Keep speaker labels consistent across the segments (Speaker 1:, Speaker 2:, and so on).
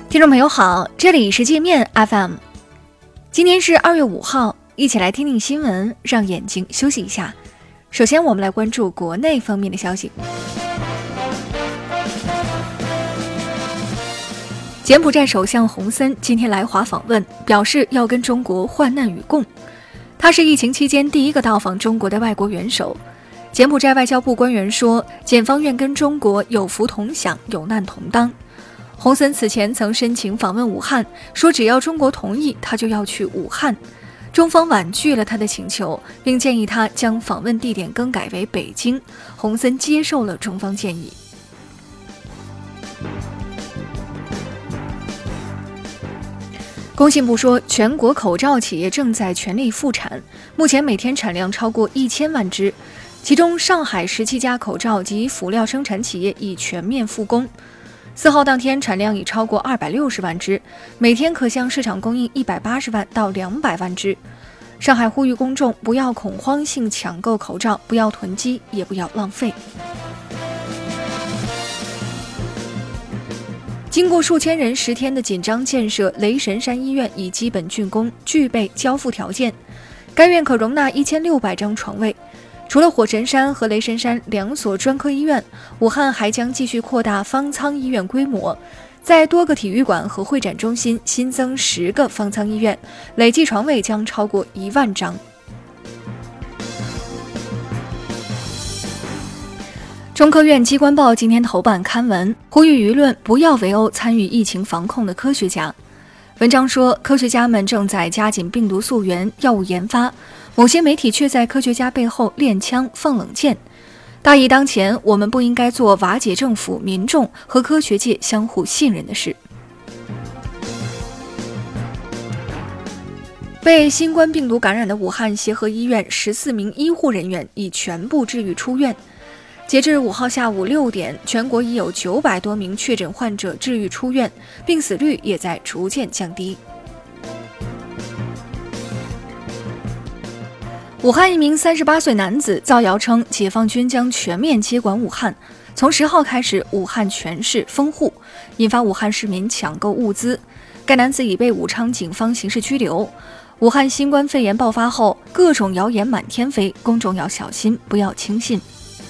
Speaker 1: 听众朋友好，这里是界面 FM， 今天是2月5号，一起来听听新闻，让眼睛休息一下。首先我们来关注国内方面的消息。柬埔寨首相洪森今天来华访问，表示要跟中国患难与共。他是疫情期间第一个到访中国的外国元首。柬埔寨外交部官员说，柬方愿跟中国有福同享，有难同当。洪森此前曾申请访问武汉，说只要中国同意，他就要去武汉。中方婉拒了他的请求，并建议他将访问地点更改为北京。洪森接受了中方建议。工信部说，全国口罩企业正在全力复产，目前每天产量超过1000万只，其中上海17家口罩及辅料生产企业已全面复工。4号当天产量已超过260万只，每天可向市场供应180万到200万只。上海呼吁公众不要恐慌性抢购口罩，不要囤积，也不要浪费。经过数千人10天的紧张建设，雷神山医院已基本竣工，具备交付条件。该院可容纳1600张床位。除了火神山和雷神山2所专科医院，武汉还将继续扩大方舱医院规模，在多个体育馆和会展中心新增10个方舱医院，累计床位将超过1万张。中科院机关报今天头版刊文，呼吁舆论不要围殴参与疫情防控的科学家。文章说，科学家们正在加紧病毒溯源、药物研发，某些媒体却在科学家背后练枪放冷箭。大义当前，我们不应该做瓦解政府、民众和科学界相互信任的事。被新冠病毒感染的武汉协和医院14名医护人员已全部治愈出院。截至5号下午6点，全国已有900多名确诊患者治愈出院，病死率也在逐渐降低。武汉一名38岁男子造谣称，解放军将全面接管武汉，从10号开始，武汉全市封户，引发武汉市民抢购物资。该男子已被武昌警方刑事拘留。武汉新冠肺炎爆发后，各种谣言满天飞，公众要小心，不要轻信。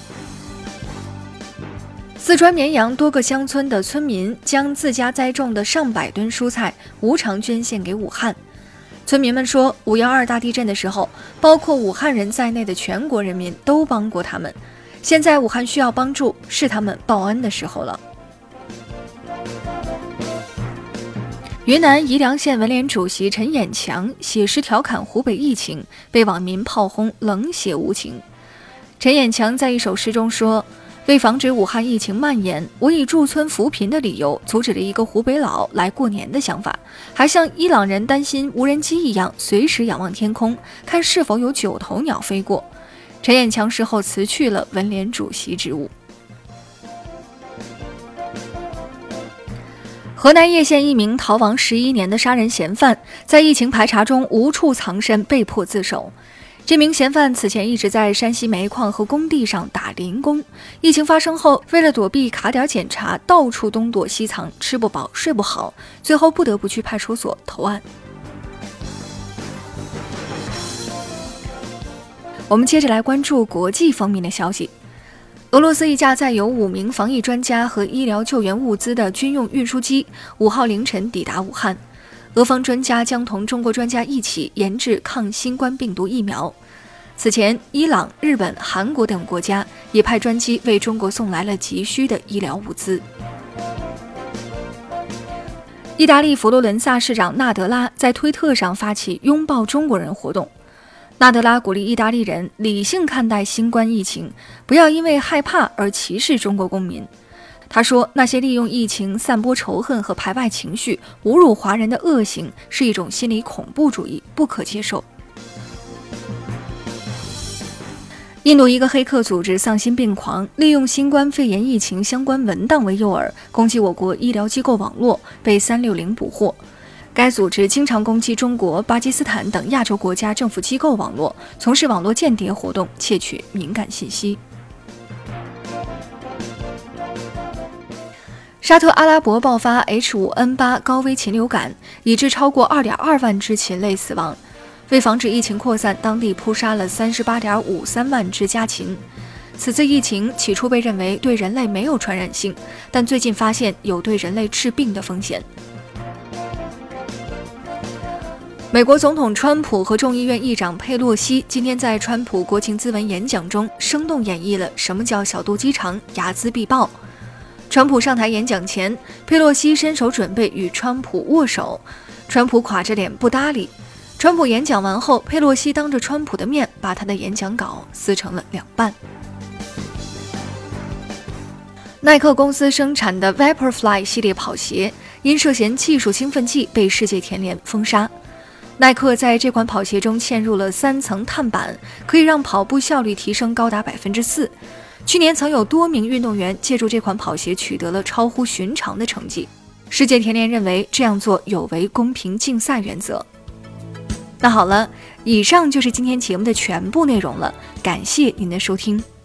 Speaker 1: 四川绵阳多个乡村的村民将自家栽种的上百吨蔬菜无偿捐献给武汉。村民们说，5.12大地震的时候，包括武汉人在内的全国人民都帮过他们，现在武汉需要帮助，是他们报恩的时候了。云南宜良县文联主席陈眼强写诗调侃湖北疫情，被网民炮轰冷血无情。陈眼强在一首诗中说，为防止武汉疫情蔓延，我以驻村扶贫的理由阻止了一个湖北佬来过年的想法，还像伊朗人担心无人机一样随时仰望天空，看是否有9头鸟飞过。陈眼强事后辞去了文联主席职务。河南叶县一名逃亡11年的杀人嫌犯，在疫情排查中无处藏身，被迫自首。这名嫌犯此前一直在山西煤矿和工地上打零工，疫情发生后，为了躲避卡点检查，到处东躲西藏，吃不饱睡不好，最后不得不去派出所投案。我们接着来关注国际方面的消息。俄罗斯一架载有5名防疫专家和医疗救援物资的军用运输机5号凌晨抵达武汉。俄方专家将同中国专家一起研制抗新冠病毒疫苗。此前，伊朗、日本、韩国等国家也派专机为中国送来了急需的医疗物资。意大利佛罗伦萨市长纳德拉在推特上发起拥抱中国人活动。纳德拉鼓励意大利人理性看待新冠疫情，不要因为害怕而歧视中国公民。他说，那些利用疫情散播仇恨和排外情绪、侮辱华人的恶行是一种心理恐怖主义，不可接受。印度一个黑客组织丧心病狂，利用新冠肺炎疫情相关文档为诱饵，攻击我国医疗机构网络，被360捕获。该组织经常攻击中国、巴基斯坦等亚洲国家政府机构网络，从事网络间谍活动，窃取敏感信息。 沙特阿拉伯爆发 H5N8 高危禽流感，已致超过 2.2 万只禽类死亡。为防止疫情扩散，当地扑杀了 38.53 万只家禽。此次疫情起初被认为对人类没有传染性，但最近发现有对人类致病的风险。美国总统川普和众议院议长佩洛西今天在川普国情咨文演讲中，生动演绎了什么叫小肚鸡肠、睚眦必报。川普上台演讲前，佩洛西伸手准备与川普握手，川普垮着脸不搭理。川普演讲完后，佩洛西当着川普的面把他的演讲稿撕成了两半。耐克公司生产的 Vaporfly 系列跑鞋因涉嫌技术兴奋剂被世界田联封杀。耐克在这款跑鞋中嵌入了3层碳板，可以让跑步效率提升高达 4%。去年曾有多名运动员借助这款跑鞋取得了超乎寻常的成绩。世界田联认为这样做有违公平竞赛原则。那好了，以上就是今天节目的全部内容了，感谢您的收听。